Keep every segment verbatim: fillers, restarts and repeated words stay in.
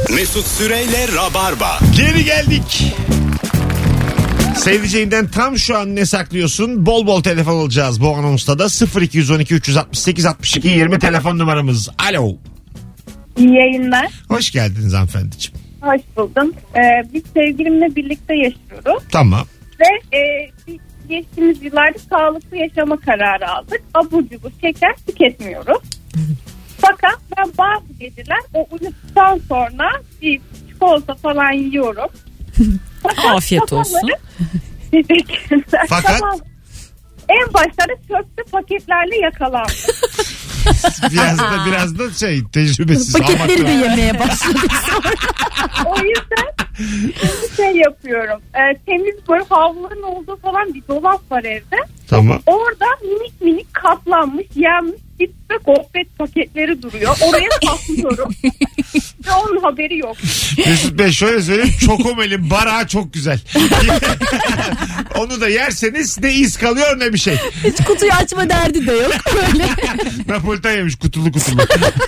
Mesut Süreyle Rabarba. Geri geldik. Sevdiceğinden tam şu an ne saklıyorsun? Bol bol telefon alacağız bu anonsta da. sıfır iki on iki üç altı sekiz altmış iki yirmi telefon numaramız. Alo. İyi yayınlar. Hoş geldiniz hanımefendiciğim. Hoş buldum. Ee, biz sevgilimle birlikte yaşıyoruz. Tamam. Ve e, biz geçtiğimiz yıllarda sağlıklı yaşama kararı aldık. Abur cubur, şeker tüketmiyoruz. Fakat ben bazı geceler o uyuduktan sonra bir çikolata falan yiyorum. Fakat afiyet olsun. Teşekkürler. Fakat? Tamam. En başta da çöpte paketlerle yakalandım. Biraz da biraz da şey tecrübesiz. Paketleri de yemeye başladık. O yüzden bir şey yapıyorum. Ee, temiz böyle havluların olduğu falan bir dolap var evde. Tamam. Orada minik minik katlanmış, yenmiş cips ve gofret paketleri duruyor. Oraya saklıyorum. Ve onun haberi yok. Mesut Bey şöyle söyleyeyim. Çokomel'in barağı çok güzel. Onu da yerseniz ne iz kalıyor ne bir şey. Hiç kutuyu açma derdi de yok. Böyle. Napolitan yemiş kutulu kutulu.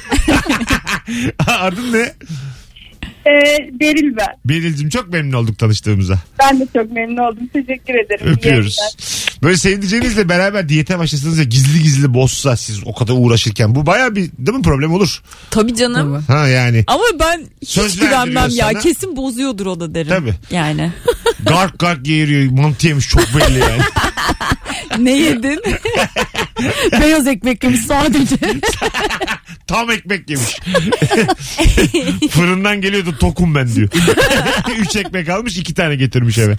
Adın ne? Ee, Beril ben. Beril'cim çok memnun olduk tanıştığımıza. Ben de çok memnun oldum. Teşekkür ederim. Öpüyoruz. Böyle sevdiceğinizle beraber diyete başlasanız ya gizli gizli bozsa siz o kadar uğraşırken bu baya bir değil mi problem olur? Tabii canım. Ha yani. Ama ben hiç Söz güvenmem ya. sana. Kesin bozuyordur o da derim. Tabii. Yani. Gark gark yeğiriyor. Mantı yemiş çok belli yani. Ne yedin? Beyaz ekmek yemiş sadece. Tam ekmek yemiş. Fırından geliyordu tokum ben diyor. Üç ekmek almış iki tane getirmiş eve.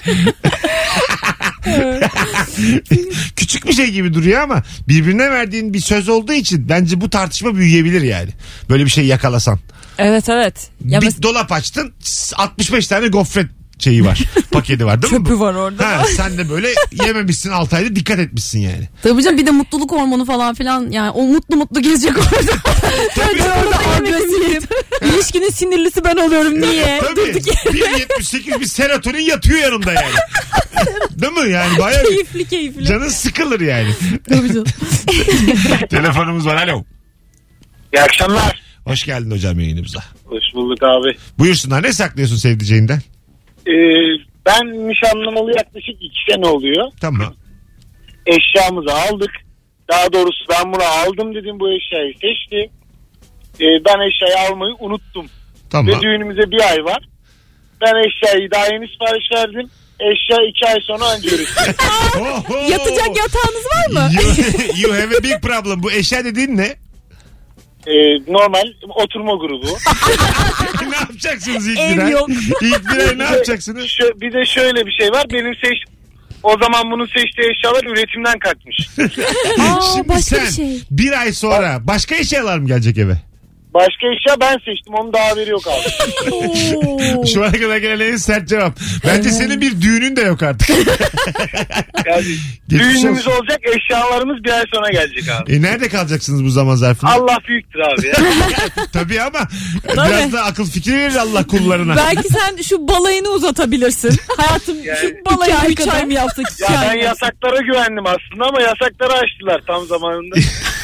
Küçük bir şey gibi duruyor ama birbirine verdiğin bir söz olduğu için bence bu tartışma büyüyebilir yani. Böyle bir şey yakalasan. Evet evet. Ya bir mes- dolap açtın altmış beş tane gofret şeyi var. Paketi var değil mi? Çöpü var orada. Ha, sen de böyle yememişsin altı ayda dikkat etmişsin yani. Tabii canım bir de mutluluk hormonu falan filan yani o mutlu mutlu gezecek orada. Tabii orada agresif. İlişkinin sinirlisi ben oluyorum niye? Tabii. bir yetmiş sekiz bir serotonin yatıyor yanımda yani. Değil mi yani bayağı Keyifli keyifli. canın sıkılır yani. Tabii canım. Telefonumuz var alo. İyi akşamlar. Hoş geldin hocam yayınımıza. Hoş bulduk abi. Buyursunlar ne saklıyorsun sevdiceğinden? Ee, ben nişanlanalı yaklaşık iki sene oluyor. Tamam. Eşyamızı aldık. Daha doğrusu ben bunu aldım dedim, bu eşyayı seçti. Ee, ben eşyayı almayı unuttum. Tamam. Ve düğünümüze bir ay var. Ben eşyayı daha yeni sipariş verdim. Eşya iki ay sonra anca üretti. Yatacak yatağınız var mı? You, you have a big problem. Bu eşya dediğin ne? Ee, normal oturma grubu. Ne yapacaksınız ilk Ev bir ay? yok. İlk bir ay ne yapacaksınız? Şu, bir de şöyle bir şey var. Benim seç o zaman bunun seçtiği eşyalar üretimden kalkmış. Aa, Şimdi başka sen bir şey. bir ay sonra başka eşyalar mı gelecek eve? Başka eşya ben seçtim. Onun da haberi yok abi. Şu ana kadar gelen en sert cevap. Bence senin bir düğünün de yok artık. Yani, Geçmiş düğünümüz olsun. olacak, eşyalarımız bir ay sonra gelecek abi. E nerede kalacaksınız bu zaman zarfında? Allah büyüktür abi ya. Tabii ama biraz da akıl fikir verir Allah kullarına. Belki sen şu balayını uzatabilirsin. Hayatım Yani- şu balayını üç ay mı yapsak? iki Ya ay ben mı yapsak? yasaklara güvendim aslında ama yasakları açtılar tam zamanında.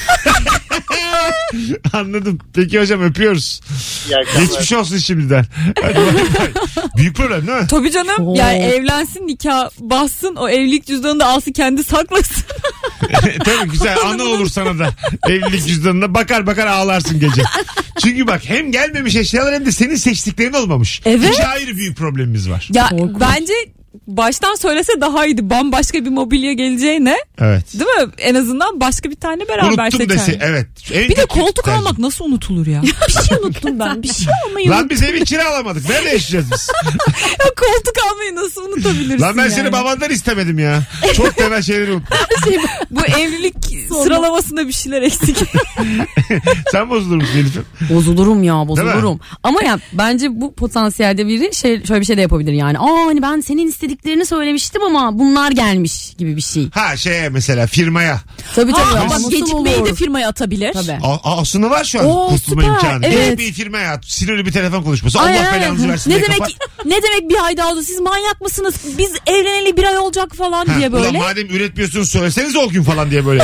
Anladım. Peki hocam öpüyoruz. İyi akşamlar. Geçmiş olsun şimdiden. Hadi bay bay. Büyük problem değil mi? Tabii canım. Oo. Yani evlensin, nikah bassın, o evlilik cüzdanını da alsın kendi saklasın. Tabii güzel ana olur sana da. Evlilik cüzdanına bakar bakar ağlarsın gece. Çünkü bak hem gelmemiş eşyalar hem de senin seçtiklerin olmamış. Evet. İki ayrı büyük problemimiz var. Ya Korkunç. bence baştan söylese daha iyiydi. Bambaşka bir mobilya geleceğine. Evet. Değil mi? En azından başka bir tane beraber Unuttum seçer. dese evet. En Bir de kötü koltuk tercih. almak nasıl unutulur ya? Bir şey unuttum ben. Bir şey almayı Lan unuttum. biz evi kiralamadık. Nerede yaşayacağız biz? Ya koltuk almayı nasıl unutabilirsin Lan ben yani? seni babandan istemedim ya. Çok temel şeyleri unuttum. Şey, bu evlilik sıralamasında bir şeyler eksik. Sen bozulur musun Elif'im? Bozulurum ya Değil mi? bozulurum. Ama ya bence bu potansiyelde biri şey şöyle bir şey de yapabilir yani. Aa hani ben senin istediklerini söylemiştim ama bunlar gelmiş gibi bir şey. Ha şeye mesela firmaya. Tabii tabii. Ha, ama bak nasıl gecikmeyi olur? de firmaya atabilir. Tabii. A- aslında var şu an Oo, kurtulma süper. imkanı. Evet. Evet. Bir firmaya at. Sinirli bir telefon konuşması. Aynen, Allah aynen. belanızı versin Ne diye demek kapat. ne demek bir ay daha oldu? Siz manyak mısınız? Biz evleneli bir ay olacak falan Ha, diye böyle. Ulan madem üretmiyorsunuz söyleseniz o gün falan diye böyle.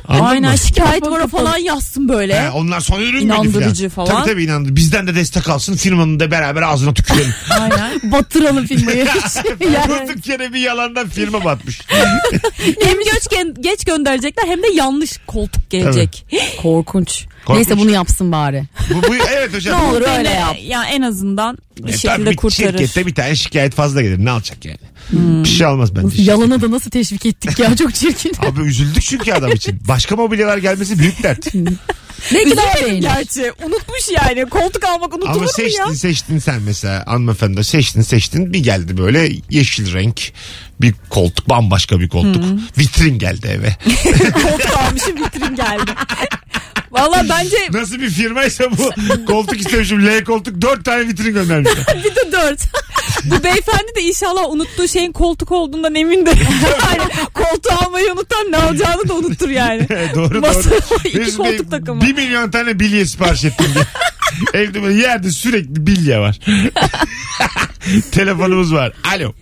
Anladın Aynen mı? şikayet vara falan yazsın böyle. He, onlar son ürün müydü İnandırıcı falan. falan. Tabii tabii inandırıcı. Bizden de destek alsın. Firmanın da beraber ağzına tükürelim. Aynen. Batıralım firmayı. yani. Durduk yere bir yalandan firma batmış. Hem geç, geç gönderecekler hem de yanlış koltuk gelecek. Korkunç. Korkunç. Neyse bunu yapsın bari. Bu, bu, evet hocam. Ne olur öyle Öyle yap. Ya en azından bir E, şekilde tabii kurtarır. şirkette bir tane şikayet fazla gelir. Ne alacak yani? Bir şey almaz bence. Yalana da nasıl teşvik ettik ya, çok çirkin. Abi üzüldük çünkü adam için. Başka mobilyalar gelmesi büyük dert. Belki daha Üzülmedim beğenir. gerçi. Unutmuş yani. Koltuk almak unutulur Ama mu seçtin ya? seçtin sen mesela hanımefendi seçtin seçtin bir geldi böyle yeşil renk bir koltuk, bambaşka bir koltuk. Vitrin geldi eve. Koltuk almışım, vitrin geldi. Valla bence Nasıl bir firmaysa bu koltuk istemişim L koltuk dört tane vitrin göndermişler. bir de dört. Bu beyefendi de inşallah unuttuğu şeyin koltuk olduğundan emindir. Yani koltuğu almayı unutan ne alacağını da unuttur yani. doğru Masa- doğru. iki Mesut koltuk Bey, takımı. bir milyon tane bilye sipariş ettim diye. Evde böyle yerde sürekli bilye var. Telefonumuz var. Alo.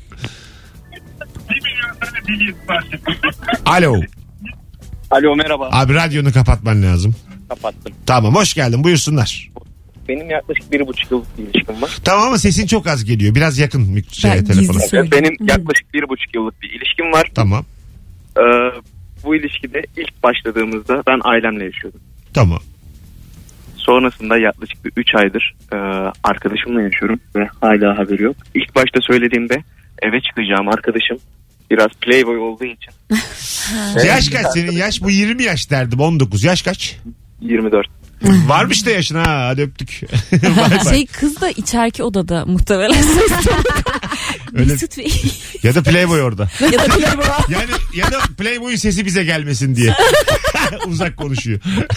bir milyon tane bilye sipariş ettim. Alo. Alo merhaba. Abi radyonu kapatman lazım. Kapattım. Tamam hoş geldin buyursunlar. Benim yaklaşık bir buçuk yıllık bir ilişkim var. Tamam ama sesin çok az geliyor. Biraz yakın mik- şeye, Ben telefona. gizli söyleyeyim. Benim yaklaşık bir buçuk yıllık bir ilişkim var. Tamam. Ee, bu ilişkide ilk başladığımızda ben ailemle yaşıyordum. Tamam. Sonrasında yaklaşık bir üç aydır e, arkadaşımla yaşıyorum ve hala haberi yok. İlk başta söylediğimde eve çıkacağım arkadaşım biraz playboy olduğu için. Yaş kaç senin yaş? Bu yirmi yaş derdim. on dokuz. Yaş kaç? yirmi dört. Varmış da yaşın ha. Hadi öptük. Bay bay. Şey kız da içeriki odada muhtemelen. Öyle- Mesut Bey. Ya da Playboy orada. Ya da Playboy. Yani ya da Playboy'un sesi bize gelmesin diye. Uzak konuşuyor.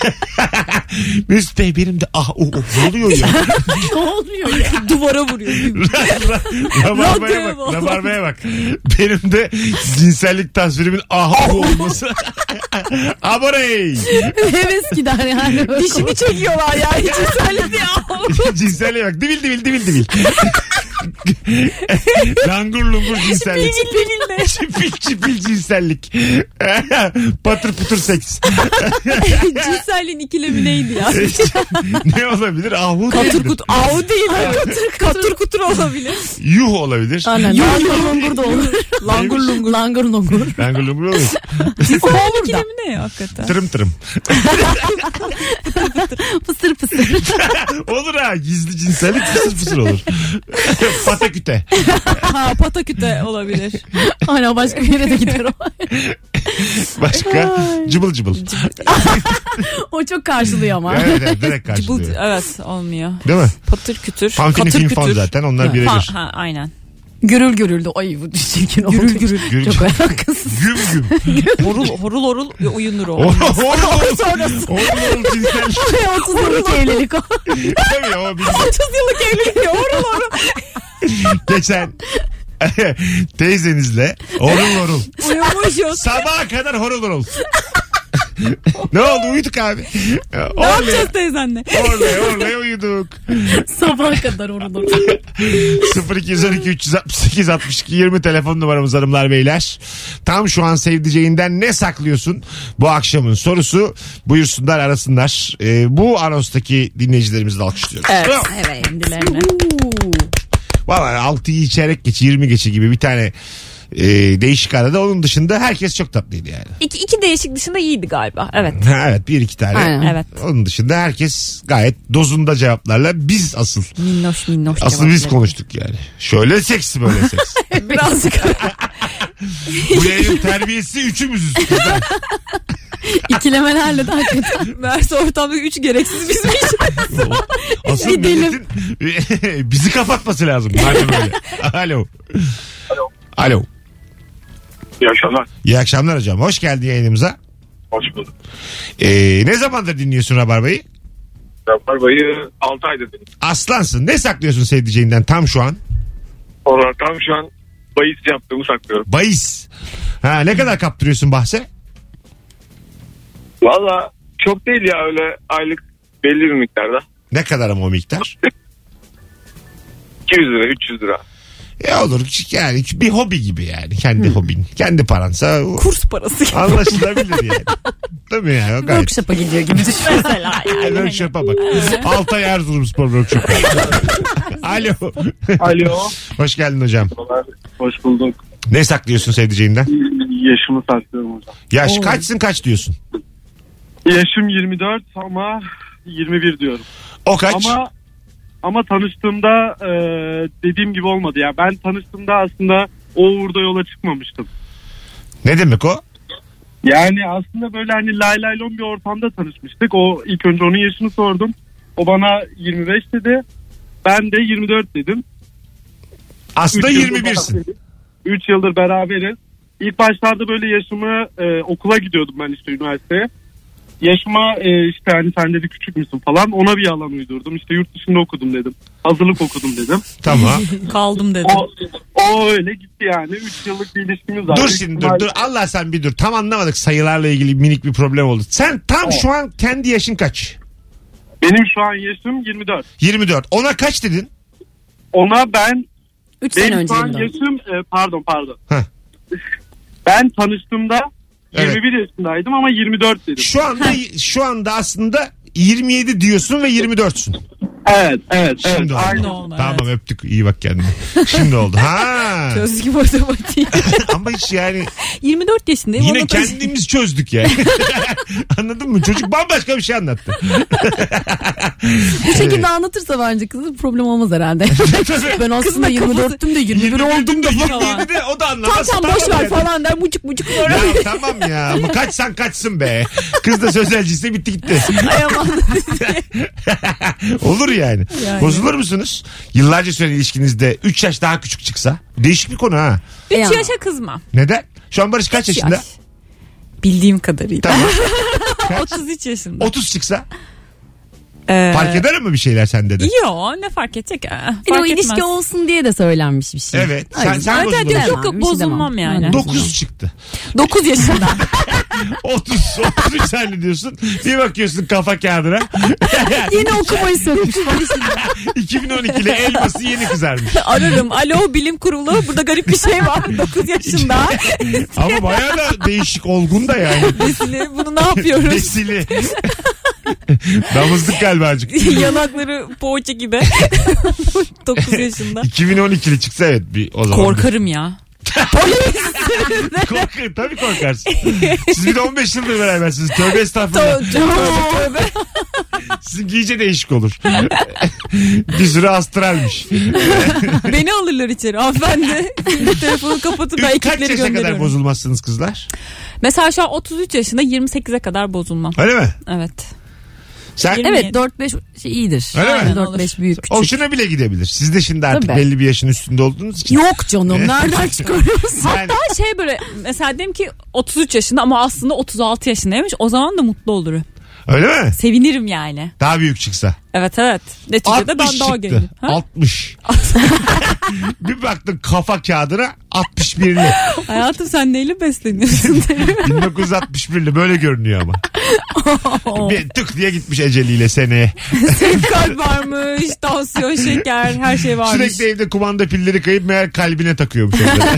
Mesut Bey benim de ah oh, oh, ne oluyor ya? Ne oluyor ya? Duvara vuruyor. Rabarbaya Radyoya bak. bak. Rabarbaya bak. Benim de cinsellik tasvirimin ah oh olması. Aborey. Heves gider yani. Dişini çekiyorlar ya. Hiç söyledi ya. Cinselliğe bak. Divil divil divil divil. Langur lungur cinsellik. Birbirine. Çipil çipil cinsellik. Patır putur seks. Cinselliğin ikilemi neydi ya? Ne olabilir? Ahu Katır değildir. kutur. Avu değil. Katır katır kutur olabilir. Yuh olabilir. Aynen. Langur lungur da olur. Langur lungur. Langur lungur. Langur lungur olur. Cinsellik ikilemi ne ya hakikaten? Tırım tırım. Pısır pısır. Olur ha. Gizli cinsellik fısır fısır olur. Pataküte. Ha pataküte olabilir. Aynen, başka bir yere de gider o. Başka? Cıbıl cıbıl. O çok karşılıyor ama. Evet, evet direkt Cıbıl, karşılıyor. evet olmuyor. Değil mi? Patır kütür. Fanfini katır finfon kütür. zaten onlar Ha, birebir. ha, aynen. Gürül gürüldü. Ay bu çirkin oldu. Gürül gürül. Gürül. Çok alakasız. Güm güm. Horul horul horul uyunur o. Oğlum oğlum. Oğlum cinsellik. otuz yıllık evlilik o. Tabii o bizim otuz yıllık evlilik ya horul horul. geçen teyzenizle horul horul. Uyumuşuz. Sabaha kadar horul horul. Ne oldu uyuduk abi. Ne yapacağız teyzenle? Orlaya orlaya uyuduk. Sabaha kadar orada. sıfır iki on iki üç yüz altmış sekiz altmış iki yirmi telefon numaramız hanımlar beyler. Tam şu an sevdiceğinden ne saklıyorsun? Bu akşamın sorusu, buyursunlar arasınlar. Ee, bu anonstaki dinleyicilerimizi de alkışlıyoruz. Evet. Bravo. Evet. Kendilerine. Valla altıyı çeyrek geçi yirmi geçi gibi bir tane e, değişik arada, onun dışında herkes çok tatlıydı yani. İki, iki değişik dışında iyiydi galiba. Evet. Ha, evet bir iki tane. Aynen. Evet. Onun dışında herkes gayet dozunda cevaplarla, biz asıl Minnoş minnoş asıl biz cevapları. konuştuk yani. Şöyle seks böyle seks. Birazcık. Bu yayının terbiyesi üçümüzüz. kızlar. İkilemelerle de hakikaten. Meğerse ortamda üç gereksiz bizim için. Asıl Gidelim. milletin bizi kapatması lazım. Madem öyle. Alo. Alo. Alo. İyi akşamlar. İyi akşamlar hocam. Hoş geldin yayınımıza. Hoş bulduk. Ee, ne zamandır dinliyorsun Rabarba'yı? Rabarba'yı altı aydır dedim. Aslansın. Ne saklıyorsun sevdiceğinden tam şu an? Olarak tam şu an bahis yaptığımı saklıyorum. Bahis. Ha, ne kadar kaptırıyorsun bahse? Valla çok değil ya, öyle aylık belli bir miktarda. Ne kadar ama o miktar? iki yüz lira üç yüz lira. E olur yani bir hobi gibi yani. Kendi hobin. Kendi paransa. Kurs parası gibi. Anlaşılabilir yani. Değil mi yani? O gayet. Workshop'a gidiyor gibi düşün. Mesela yani. Workshop'a bak. Altay Erzurumspor Workshop'a. Alo. Alo. Hoş geldin hocam. Hoş bulduk. Ne saklıyorsun sevdiceğinden? Yaşımı saklıyorum hocam. Yaş kaçsın kaç diyorsun? Yaşım yirmi dört ama yirmi bir diyorum. O kaç? Ama ama tanıştığımda e, dediğim gibi olmadı. Yani ben tanıştığımda aslında o uğurda yola çıkmamıştım. Ne demek o? Yani aslında böyle hani lay lay lon bir ortamda tanışmıştık. O ilk önce onun yaşını sordum. O bana yirmi beş dedi. Ben de yirmi dört dedim. Aslında Üç yirmi yıldır birsin. beraberiz. üç yıldır beraberiz. İlk başlarda böyle yaşımı e, okula gidiyordum ben işte üniversiteye. Yaşıma e, işte hani sen dedi küçük müsün falan ona bir yalan uydurdum. İşte yurt dışında okudum dedim. Hazırlık okudum dedim. Tamam. Kaldım dedim. O, o öyle gitti yani. üç yıllık bir ilişkimiz var. Dur Büyük şimdi dur ihtimalle- dur. Allah sen bir dur. Tam anlamadık sayılarla ilgili minik bir problem oldu. Sen tam şu an kendi yaşın kaç? Benim şu an yaşım yirmi dört. yirmi dört. Ona kaç dedin? Ona ben üç sene benim önce. şu an yirmi dört. yaşım e, pardon pardon. Heh. Ben tanıştığımda Evet. yirmi bir yaşındaydım ama yirmi dört dedim. Şu anda şu anda aslında yirmi yedi diyorsun ve yirmi dörtsün. Evet evet evet. Şimdi oldu. Aynen. oldu, Tamam evet. öptük. İyi bak kendine. Şimdi oldu. Ha. Çözdük matematiği. Ama hiç yani yirmi dört yaşındayım. yine ona da- kendimiz çözdük yani. Anladın mı? Çocuk bambaşka bir şey anlattı. Bu şekilde anlatırsa bence kızı problem olmaz herhalde. Ben aslında yirmi dörttüm de yirmi bir oldum da. yirmi yedi de o da anlamaz. Tamam tamam boş ver yani. falan der mucuk mucuk Ya sonra. tamam ya. Ama kaçsan kaçsın be. Kız da sözelciyse bitti gitti. Ay aman. Olur yani. Yani. Bozulur musunuz? Yıllarca süren ilişkinizde üç yaş daha küçük çıksa. Değişik bir konu ha. üç Ya. yaşa kızmam. Neden? Şu an Barış kaç Üç yaşında? yaş. Bildiğim kadarıyla. Tamam. otuz üç yaşında. otuz çıksa Ee, fark eder mi bir şeyler sende de? Yo ne fark edecek? Ee, Bir de o fark ilişki etmez. olsun diye de söylenmiş bir şey. Evet. O Sen, yüzden- sen Evet, evet, bozulur. yok, Demem, yok, bir şey bozulmam demem. yani. Aynen. dokuz çıktı. dokuz yaşında. otuz otuz üç zannediyorsun. Bir bakıyorsun kafa kağıdına. Yeni okumayı sökmüş. iki bin on ikili elması yeni kızarmış. Ararım. Alo bilim kurulu. Burada garip bir şey var. dokuz yaşında. Ama bayağı da değişik olgun da yani. Nesili. Bunu ne yapıyoruz? Nesili. Damızlık galiba azıcık. Yanakları poğaça gibi. dokuz yaşında. iki bin on ikili çıksa evet bir o zaman. Korkarım ya. Korkar, tabii korkarsın. Siz bir de on beş yıldır berabersiniz. Tövbe estağfurullah. Tövbe tövbe tövbe. Sizinki iyice değişik olur. Bir sürü astralmiş. Beni alırlar içeri hanımefendi. Şimdi telefonu kapatın da Üç, kaç ekipleri yaşa kadar gönderiyorum. bozulmazsınız kızlar? Mesela şu an otuz üç yaşında yirmi sekize kadar bozulmam. Öyle mi? Evet. Sen Yirmi- Evet dört beş şey iyidir. Öyle mi? Aynen, dört beş büyük küçük. hoşuna bile gidebilir. Siz de şimdi artık Tabii. belli bir yaşın üstünde olduğunuz için. Yok canım nereden çıkarıyorsun? Yani, Hatta şey böyle mesela diyelim ki otuz üç yaşında ama aslında otuz altı yaşındaymış. O zaman da mutlu olurum. öyle mi? Sevinirim yani. Daha büyük çıksa. Evet evet. Neticede ben altmış daha çıktı. gencim. Ha? altmış. Bir baktın kafa kağıdına altmış birli. Hayatım sen neyle besleniyorsun? bin dokuz yüz altmış birli böyle görünüyor ama. Bir tık diye gitmiş eceliyle seneye. Kalp varmış, tansiyon, şeker, her şey varmış. Sürekli evde kumanda pilleri kayıp meğer kalbine takıyormuş. orada.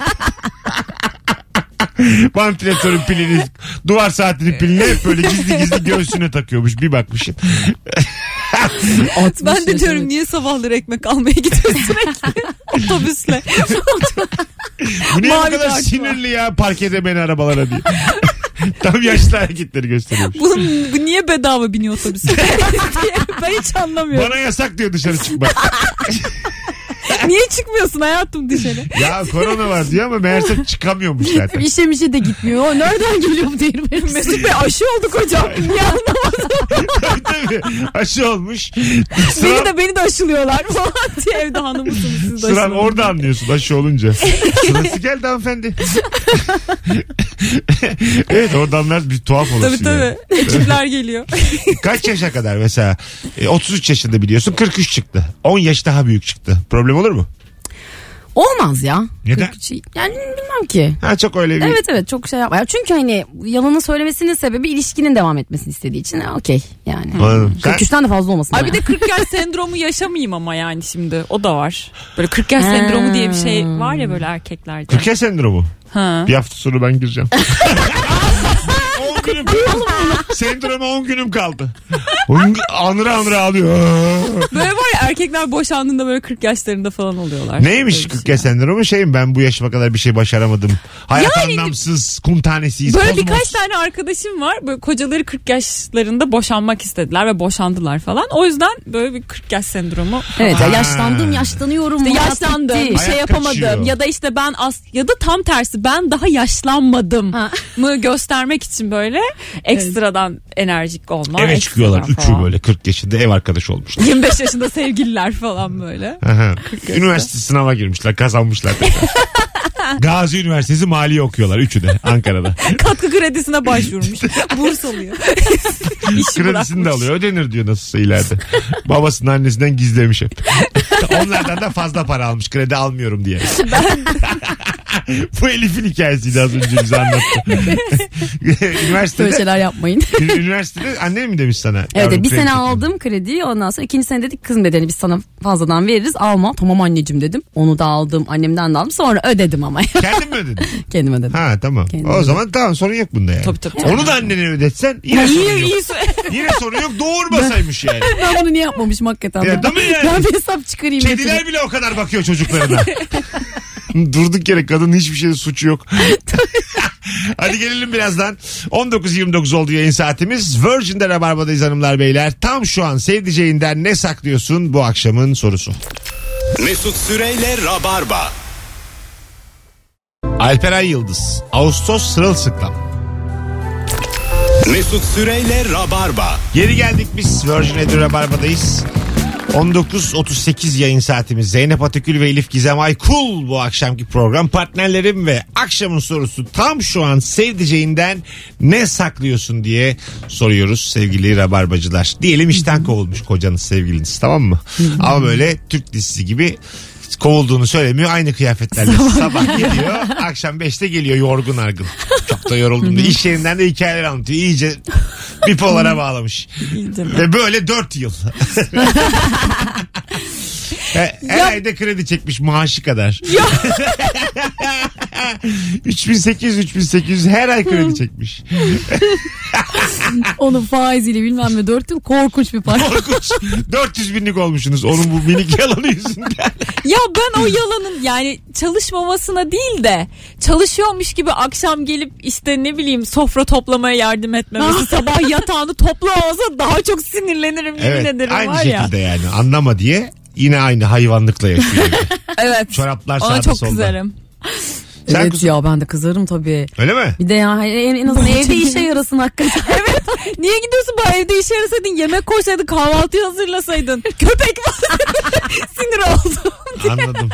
Vantilatörün pilini, duvar saatinin pilini hep böyle gizli gizli göğsüne takıyormuş. Bir bakmışsın. Ben de diyorum niye sabahları ekmek almaya gidiyorsun sürekli otobüsle. Bu niye bu Mavi kadar kart var. sinirli ya park edemeyen arabalara diye. Tam yaşlı hareketleri gösteriyormuş. Bu, bu niye bedava biniyor otobüse? Ben hiç anlamıyorum. Bana yasak diyor dışarı çıkmak. Niye çıkmıyorsun hayatım dışarı? Ya korona var diyor ama meğerse çıkamıyormuş zaten. İşe mişe de gitmiyor. O nereden geliyor bu değirmenin? Mesut Bey aşı olduk hocam. Niye anlamadım? Tabii tabii. Aşı olmuş. Beni Sıran, de beni de aşılıyorlar falan diye evde hanımısınız siz de sıran aşılıyorsunuz. orada anlıyorsun aşı olunca. Sırası geldi hanımefendi. Evet oradanlar bir tuhaf olasın. Tabii yani. tabii. Ekipler geliyor. Kaç yaşa kadar mesela? E, otuz üç yaşında biliyorsun kırk üç çıktı. on yaş daha büyük çıktı. Problem olur mu? Olmaz ya. Neden? Yani bilmem ki. Ha çok öyle bir... Evet evet çok şey yapma. Ya çünkü hani yalanı söylemesinin sebebi ilişkinin devam etmesini istediği için ha, okey yani. Anladım. kırk üçten de fazla olmasın. Ay bir de kırk yaş sendromu yaşamayayım ama yani şimdi o da var. Böyle kırk yaş sendromu diye bir şey var ya böyle erkeklerde. kırk yaş sendromu. Ha. Bir hafta sonra ben gireceğim. on günüm sendroma on günüm kaldı. Anıra anıra ağlıyor. Böyle var ya erkekler boşandığında böyle kırk yaşlarında falan oluyorlar. Neymiş kırk yaş sendromu? Şeyim ben bu yaşıma kadar bir şey başaramadım. Hayat yani, anlamsız, kum tanesiyiz. Böyle kozmos. birkaç tane arkadaşım var. Böyle kocaları kırk yaşlarında boşanmak istediler ve boşandılar falan. O yüzden böyle bir kırk yaş sendromu. Evet Ha. ya yaşlandım yaşlanıyorum. İşte hayat yaşlandım, bitti. bir şey Hayat yapamadım kaçıyor. ya da işte ben as ya da tam tersi ben daha yaşlanmadım Ha. mı göstermek için böyle ekstradan enerjik olma. Eve ekstradan çıkıyorlar üçü falan. böyle kırk yaşında ev arkadaşı olmuşlar. yirmi beş yaşında sevgililer falan böyle. Aha. Üniversite sınava girmişler, kazanmışlar tekrar. Gazi Üniversitesi maliye okuyorlar üçü de Ankara'da. Katkı kredisine başvurmuş. Burs alıyor. İşi Kredisini bırakmış. de alıyor. Ödenir diyor nasılsa ileride. Babasının annesinden gizlemiş hep. Onlardan da fazla para almış. Kredi almıyorum diye. Bu Elif'in hikayesiydi az önce bize anlattı. Üniversitede, Böyle şeyler yapmayın. üniversitede annen mi demiş sana? Evet Yavrum bir kredi sene çekin. aldım krediyi ondan sonra ikinci sene dedik kızım dedi biz sana fazladan veririz alma. Tamam anneciğim dedim onu da aldım annemden de aldım sonra ödedim ama Kendin mi ödedin? kendim ödedim. Ha tamam. Kendim o zaman tamam sorun yok bunda yani. Tabii, tabii, tabii. Onu da annene ödetsen yine sorun İyi, yok. iyi. Yine sorun yok doğurmasaymış yani. Ben bunu niye yapmamışım hakikaten. Ya, değil mi yani? Ben bir hesap çıkarayım. Kediler bile o kadar bakıyor çocuklarına. Durduk yere kadının hiçbir şeyde suçu yok. Hadi gelelim birazdan. on dokuz yirmi dokuz oldu yayın saatimiz. Virgin'de Rabarba'dayız hanımlar beyler. Tam şu an sevdiceğinden ne saklıyorsun bu akşamın sorusu. Mesut Süreyle Rabarba. Alperen Yıldız. Ağustos sırılsıklam. Mesut Süreyle Rabarba. Geri geldik biz Virgin Radio Rabarba'dayız. on dokuz otuz sekiz yayın saatimiz. Zeynep Atakül ve Elif Gizem Aykul bu akşamki program partnerlerim ve akşamın sorusu tam şu an sevdiceğinden ne saklıyorsun diye soruyoruz sevgili Rabarbacılar. Diyelim işten kovulmuş kocanız sevgiliniz tamam mı? Ama böyle Türk dizisi gibi kovulduğunu söylemiyor. Aynı kıyafetlerle sabah geliyor. Akşam beşte geliyor yorgun argın. Çok da yoruldum diye. İş yerinden de hikayeler anlatıyor. İyice bipolara bağlamış. Ve böyle dört yıl. Her, her ayda kredi çekmiş maaşı kadar. üç bin sekiz yüz üç bin sekiz yüz her ay kredi çekmiş. Onun faiziyle bilmem ne dört yıl korkunç bir para. Korkunç. dört yüz binlik olmuşsunuz onun bu minik yalanı yüzünden. Ya ben o yalanın yani çalışmamasına değil de çalışıyormuş gibi akşam gelip işte ne bileyim sofra toplamaya yardım etmemesi sabah yatağını toplamaması daha çok sinirlenirim yemin Evet ederim aynı var ya. şekilde yani anlama diye yine aynı hayvanlıkla yaşıyor. Evet. Çoraplar Ona sağda çok solda. kızarım. Sen Evet kızım- ya ben de kızarım tabii. Öyle mi? Bir de ya en, en azından evde işe yarasın hakikaten. Evet. Niye gidiyorsun bari evde işe yarasaydın yemek koysaydın kahvaltıyı hazırlasaydın. Köpek var. Sinir oldum. Anladım.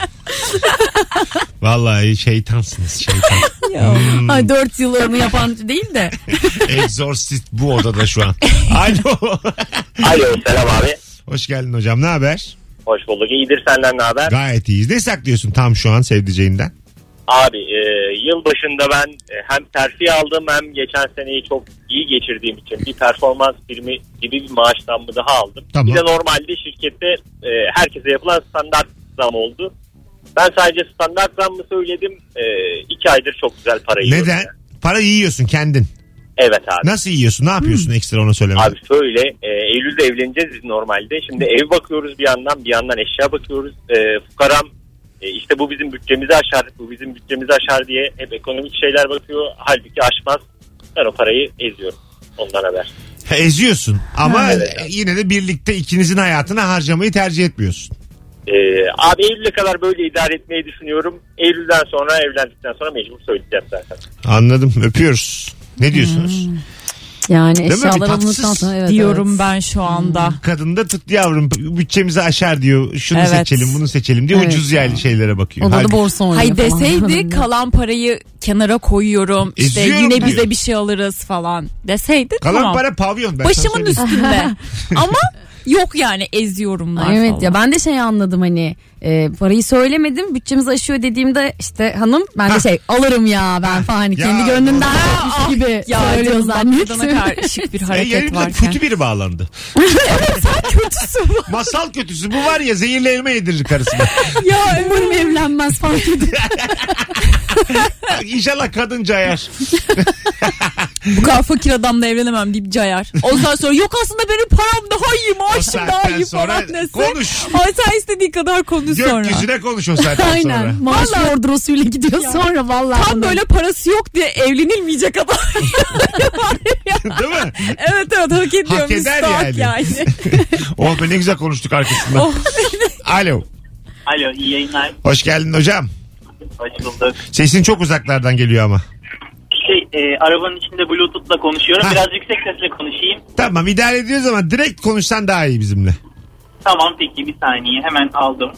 Vallahi şeytansınız şeytan. Ya. Hmm, Ay dört yıl onu yapan değil de. Exorcist bu odada şu an. Alo. Alo selam abi. Hoş geldin hocam ne haber? Hoş bulduk. İyidir senden ne haber? Gayet iyiyiz. Ne saklıyorsun tam şu an sevdiceğinden? Abi e, yıl başında ben e, hem terfi aldım hem geçen seneyi çok iyi geçirdiğim için bir performans primi gibi bir maaş zammı daha aldım. Tamam. Bir de normalde şirkette e, herkese yapılan standart zam oldu. Ben sadece standart zammı söyledim. E, iki aydır çok güzel para yiyorum. Neden? Para yiyorsun kendin. Evet abi. Nasıl yiyorsun? Ne yapıyorsun ekstra ona söyleme. Abi şöyle e, Eylül'de evleneceğiz biz normalde. Şimdi ev bakıyoruz bir yandan bir yandan eşya bakıyoruz. E, fukaram e, işte bu bizim bütçemizi aşar bu bizim bütçemizi aşar diye hep ekonomik şeyler bakıyor. Halbuki aşmaz. Ben o parayı eziyorum. Ondan haber. Ha, eziyorsun ama Evet. yine de birlikte ikinizin hayatına harcamayı tercih etmiyorsun. E, abi Eylül'e kadar böyle idare etmeyi düşünüyorum. Eylül'den sonra evlendikten sonra mecbur söyleyeceğim zaten. Anladım öpüyoruz. Ne diyorsunuz? Yani Değil mi? Bir eşyalar tatsız alındıktan sonra evet. Diyorum evet. ben şu anda. Kadın da tut yavrum bütçemizi aşar diyor. Şunu Evet. seçelim bunu seçelim diye Evet ucuz ya. yerli şeylere bakıyor. O da, da Halbuki- borsa oynuyor Hay falan. deseydi kalan parayı kenara koyuyorum. İşte Eziyorum yine diyor. bize bir şey alırız falan deseydi Kalan tamam. para pavyon. Ben sana Başımın söyleyeyim. üstünde. Ama yok yani eziyorumlar Evet falan. ya ben de şey anladım hani e, parayı söylemedim bütçemizi aşıyor dediğimde işte hanım ben de şey alırım ya ben falan hani Ya, kendi gönlünden doğru. kopmuş gibi Ya söylüyor canım, bak zannettim. kadına karışık bir E, hareket yerimde varken. kötü biri bağlandı. Kötüsün. Masal kötüsü. Bu var ya zehirli elma yedirir karısına. Ya umarım evlenmez falan dedi. İnşallah kadın cayar. Bu kadar fakir adamla evlenemem deyip cayar. Ondan sonra yok aslında benim param daha iyi, O maaşım saatten daha iyi sonra falan dese. konuş. Ay sen istediği kadar konuş sonra. Gökyüzüne konuş o saatten sonra. Aynen maaş Vallahi- bordrosuyla gidiyor Ya. sonra vallahi. Tam böyle parası yok diye evlenilmeyecek adam. Değil mi? Evet evet hak ediyor. Hak eder müstahak yani. yani. Oh be ne güzel konuştuk arkasından. Oh. Alo. Alo iyi yayınlar. Hoş geldin hocam. Hoş bulduk. Sesin çok uzaklardan geliyor ama. Şey e, arabanın içinde Bluetooth'la konuşuyorum. Ha. Biraz yüksek sesle konuşayım. Tamam idare ediyoruz ama direkt konuşsan daha iyi bizimle. Tamam peki bir saniye hemen aldım.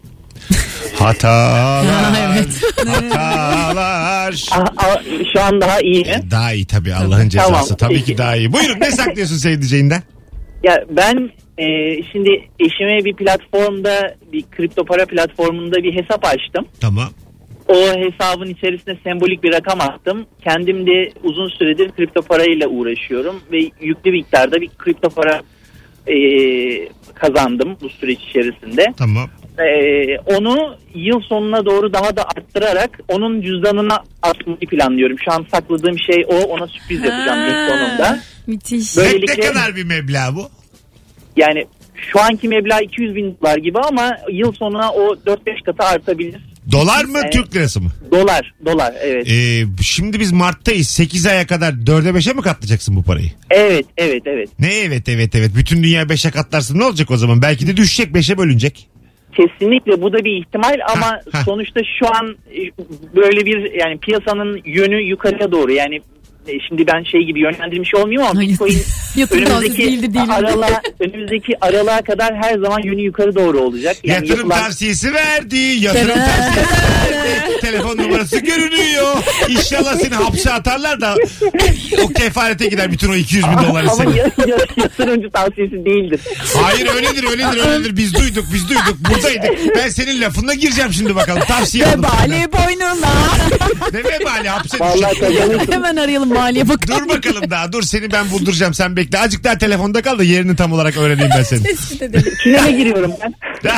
Hatalar. evet. Hatalar. Şu an daha iyi mi? Daha iyi tabii Allah'ın cezası. Tamam, Tabii peki. ki daha iyi. Buyurun ne saklıyorsun sevdiceğinden? Ya ben e, şimdi eşime bir platformda bir kripto para platformunda bir hesap açtım. Tamam. O hesabın içerisine sembolik bir rakam attım. Kendim de uzun süredir kripto parayla uğraşıyorum ve yüklü miktarda bir kripto para e, kazandım bu süreç içerisinde. Tamam. E, onu yıl sonuna doğru daha da arttırarak onun cüzdanına atmayı planlıyorum. Şu an sakladığım şey o. Ona sürpriz yapacağım yıl sonunda. Müthiş. Ne, ne Böylelikle- kadar bir meblağ bu? Yani şu anki meblağ iki yüz bin dolar gibi ama yıl sonuna o dört beş katı artabilir. Dolar mı Evet. Türk lirası mı? Dolar, dolar evet. Ee, şimdi biz Mart'tayız. sekiz aya kadar dörde beşe mi katlayacaksın bu parayı? Evet, evet, evet. Ne evet evet evet. Bütün dünya beşe katlarsın ne olacak o zaman? Belki de düşecek beşe bölünecek. Kesinlikle bu da bir ihtimal ama Ha, ha. sonuçta şu an e, böyle bir yani piyasanın yönü yukarıya doğru yani e, şimdi ben şey gibi yönlendirmiş olmayayım ama Hayır. Bitcoin Yatırım tavsiyesi değildir önümüzdeki değilim. aralığa, önümüzdeki aralığa kadar her zaman yönü yukarı doğru olacak. Yani Yatırım yapılan- tavsiyesi verdi. Yatırım tavsiyesi verdi. Telefon numarası görünüyor. İnşallah seni hapse atarlar da o kefarete gider bütün o iki yüz bin doları ama senin. ya- ya- yatırımcı tavsiyesi değildir. Hayır öyledir öyledir öyledir. Biz duyduk biz duyduk. Buradaydık. Ben senin lafına gireceğim şimdi bakalım. Tavsiye aldım senden. Vebali boynuna. Ne vebali hapse Vallahi düşecek. kazanırsın. Hemen arayalım maliye bakalım. Dur bakalım daha dur seni ben bulduracağım sen bekle. Azıcık daha telefonda kal da yerini tam olarak öğreneyim ben senin. Tünele giriyorum ben.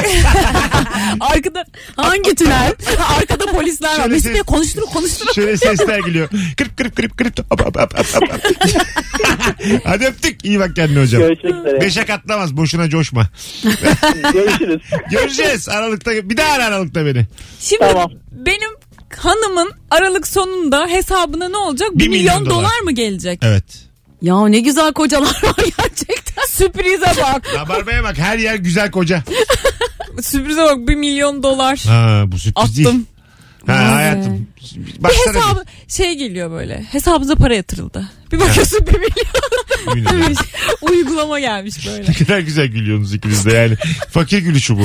Arkada Hangi tünel? arkada polisler var. Şöyle Mesut ses- Bey konuşturun konuşturun. Şöyle sesler geliyor. Kırıp kırıp kırıp kırıp. Hop, hop, hop, hop, hop. Hadi öptük. İyi bak kendine hocam. Görüşmek üzere. Beşe katlamaz. Boşuna coşma. Görüşürüz. Göreceğiz. Aralıkta. Bir daha ara Aralıkta beni. Şimdi Tamam. benim hanımın Aralık sonunda hesabına ne olacak? Bir Bir milyon, milyon dolar. dolar mı gelecek? Evet. Ya ne güzel kocalar var gerçekten. Sürprize bak. Rabarbaya bak. Her yer güzel koca. Sürprize bak bir milyon dolar. Ha bu sürpriz değil. Attım. Ha hayatım. Bir Başlara hesabı şey geliyor böyle. Hesabınıza para yatırıldı. Bir bakıyorsun bir milyon. bir milyon. Uygulama gelmiş böyle. Ne kadar güzel gülüyorsunuz ikiniz de yani. Fakir gülüşü bu.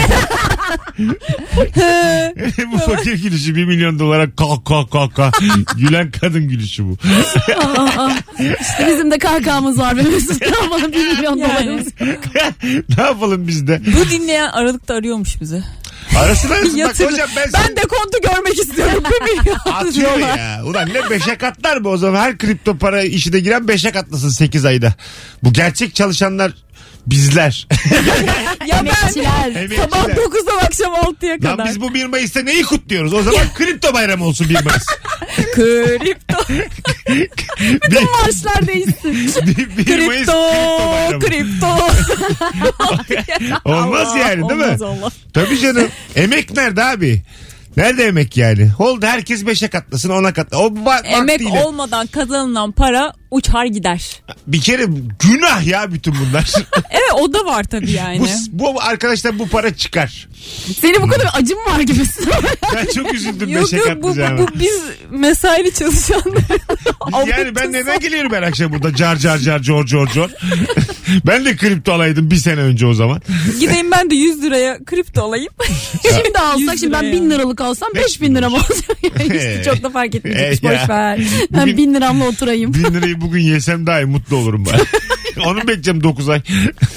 Bu fakir gülüşü bir milyon dolara kalk kalk kalk kalk. Gülen kadın gülüşü bu. İşte bizim de kahkahamız var. Benim Mesut'tan bana bir milyon Yani. dolarımız. Ne yapalım biz de? Bu dinleyen Aralık'ta arıyormuş bizi. Arasın arasın. Bak Yatırım. hocam ben, Ben de kontu görmek istiyorum. Bir milyon atıyor dolar. ya. Ulan ne beşe katlar mı o zaman? Her kripto para işine giren beşe katlasın sekiz ayda. Bu gerçek çalışanlar bizler. Ya ben Emekçiler. Emekçiler. sabah dokuzdan akşam altıya Lan kadar. biz bu bir Mayıs'ta neyi kutluyoruz? O zaman kripto bayramı olsun bir Mayıs. Kripto. bir, Maaşlar değişsin. bir, bir Mayıs Kripto. kripto bayramı. Kripto. Olmaz Allah, yani değil olmaz, mi? olmaz. Tabii canım. Emek nerede abi? Nerede emek yani? Oldu herkes beşe katlasın ona katla. O ba- Emek vaktiyle- olmadan kazanılan para uçar gider. Bir kere günah ya bütün bunlar. Evet o da var tabii yani. bu, bu arkadaşlar bu para çıkar. Senin bu kadar acım var gibisin. Ben çok üzüldüm Yok beşe yok bu, katlayacağıma. bu biz mesaili çalışanlar. Yani ben neden geliyorum her akşam burada car car car cor cor cor. Ben de kripto alaydım bir sene önce o zaman. Gideyim ben de yüz liraya kripto alayım. Şimdi alsak yüz şimdi ben liraya. bin liralık alsam Beş beş bin bin lira mı olur. olacak? İşte çok da fark etmeyecek. Eh, ya. Boş ver. Bugün- Ben bin liramla oturayım. Bin lirayı bugün yesem daha iyi mutlu olurum ben. Onu bekleyeceğim dokuz ay.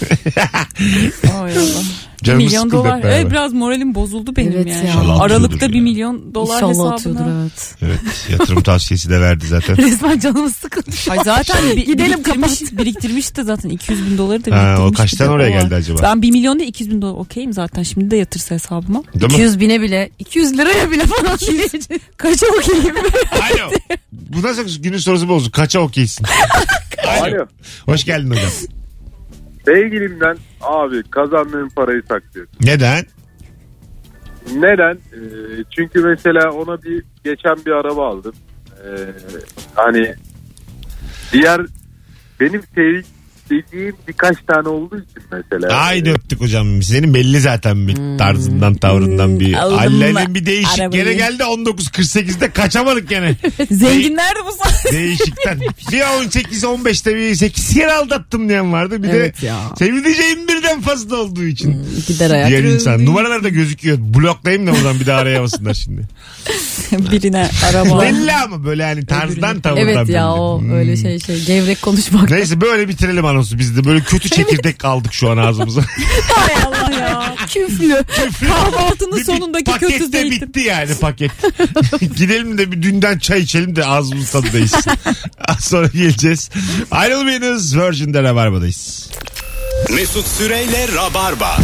Ay Allah. Bir Canımız milyon sıkıldı dolar. hep beraber. Evet, biraz moralim bozuldu benim Evet yani. ya. İnşallah Aralıkta atıyordur bir ya. milyon dolar İnşallah hesabına. atıyordur evet. Evet, yatırım tavsiyesi de verdi zaten. Resmen canımız sıkıldı. Ay zaten bir, Gidelim, biriktirmiş, biriktirmiş de zaten iki yüz bin doları da Ha, biriktirmiş. o kaçtan oraya geldi acaba? Ben bir milyon değil iki yüz bin dolar okeyim zaten. Şimdi de yatırsa hesabıma. Değil mi? iki yüz bine bile iki yüz liraya bile falan diyeceğim. Kaça okeyim? Alo. Bu nasıl günün sorusu bozdu? Kaça okeysin? Alo. Hoş geldin hocam. Sevgilimden abi kazandığım parayı saklıyorum. Neden? Neden? Ee, çünkü mesela ona bir geçen bir araba aldım. Ee, hani diğer benim sevdiğim birkaç tane olduğu için mesela. Aynı öptük hocam. Senin belli zaten bir tarzından tavrından bir. Aldım Hallerin mı bir değişik. arabayı? Gene geldi on dokuz kırk sekizde kaçamadık gene. Zenginler de bu sayede. Değişikten. Bir on sekiz on beşte bir sekiz kere aldattım diyen vardı. Bir Evet de ya. sevdiceğim birden fazla olduğu için. Gider ayak. Diğer insan. Numaralar da gözüküyor. Bloklayayım da oradan bir daha arayamasınlar şimdi. Birine araba. Belli ama böyle hani tarzdan tavırdan. Evet ya belli. o Hmm. öyle şey şey gevrek konuşmak. Neyse böyle bitirelim anonsu. Biz de böyle kötü çekirdek kaldık şu an ağzımıza. Hay Allah ya. Küflü. Kahvaltının Bir- sonundaki bir kötü paket de zeytin. bitti yani paket. Gidelim de bir dünden çay içelim de ağzımız tadı değişsin. Az sonra geleceğiz. Ayrılmayınız. Virgin'de Rabarba'dayız. Mesut Süreyle Rabarba.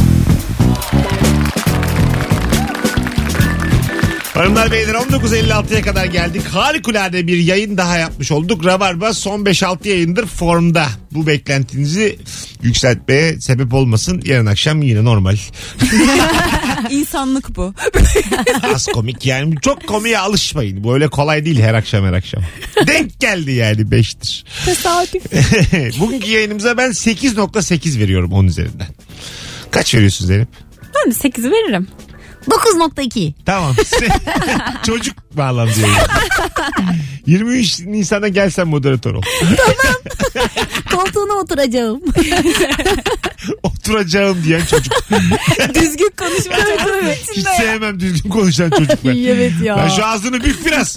Hanımlar beyler on dokuz elli altıya kadar geldik. Harikulade bir yayın daha yapmış olduk. Rabarba son beş altı yayındır formda. Bu beklentinizi yükseltmeye sebep olmasın. Yarın akşam yine normal. İnsanlık bu. Az komik yani. Çok komiğe alışmayın. Bu öyle kolay değil her akşam her akşam. Denk geldi yani beştir. Tesadüf. Bugünkü yayınımıza ben sekiz nokta sekiz veriyorum on üzerinden. Kaç veriyorsun Zeynep? Ben de sekizi veririm. dokuz nokta iki. Tamam. Çocuk bağlandı yayın. yirmi üç Nisan'a gelsen moderatör ol. Koltuğuna oturacağım. Oturacağım diyen çocuk. Düzgün konuşma. Hiç sevmem düzgün konuşan çocuk ben. Evet ya. Ben şu ağzını bük biraz.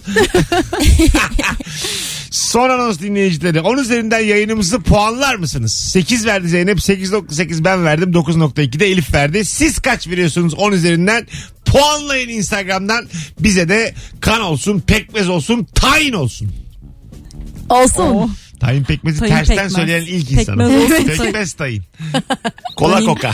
Son anons dinleyicileri. on üzerinden yayınımızı puanlar mısınız? sekiz verdi Zeynep. sekiz nokta sekiz ben verdim. dokuz nokta iki de Elif verdi. Siz kaç veriyorsunuz on üzerinden? Puanlayın Instagram'dan. Bize de kan olsun, pekmez olsun, tayin olsun. Olsun. Oh. Tayin pekmezi Tayin tersten pekmez. söyleyen ilk Pekmez insanım. olsun. Pekmez tayin. Kola Tayin. koka.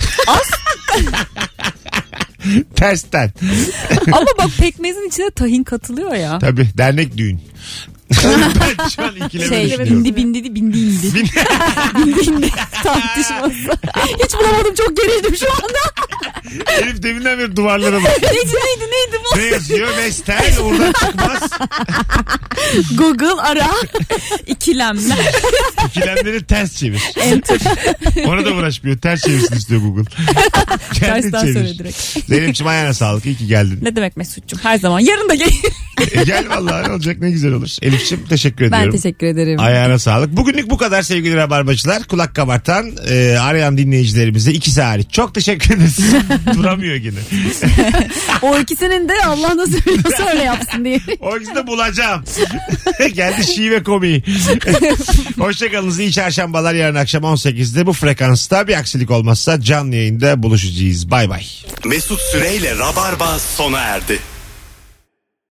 Tersten. Ama bak pekmezin içine tahin katılıyor ya. Tabii dernek düğün. Ben şu an ikileme Şey düşünüyorum. bindi bindi bindi indi. Bin- bindi indi tartışması. Hiç bulamadım çok gerildim şu anda. Elif deminden beri duvarlara bak. neydi neydi neydi bu? Ne yazıyor? Vestel oradan çıkmaz. Google ara. İkilemler. İkilemleri ters çevir. Enter. Ona da uğraşmıyor. Ters çevirsin istiyor Google. Kendi Tersten çevir. söyle direkt. Zeynep'ciğim ayağına sağlık. İyi ki geldin. Ne demek Mesut'cum her zaman. Yarın da gel. E, gel vallahi ne olacak ne güzel olur. Elif'ciğim teşekkür Ben ediyorum. teşekkür ederim. Ayağına sağlık. Bugünlük bu kadar sevgili rabarbacılar. Kulak kabartan e, arayan dinleyicilerimize ikisi hariç. Çok teşekkür ederiz. Duramıyor yine. O ikisinin de Allah nasıl biliyorsa öyle yapsın diye. O ikisini de bulacağım. Geldi şive komiği. Hoşçakalınız. İyi çarşambalar. Yarın akşam on sekizde bu frekansta bir aksilik olmazsa canlı yayında buluşacağız. Bay bay. Mesut Süreyle Rabarba sona erdi.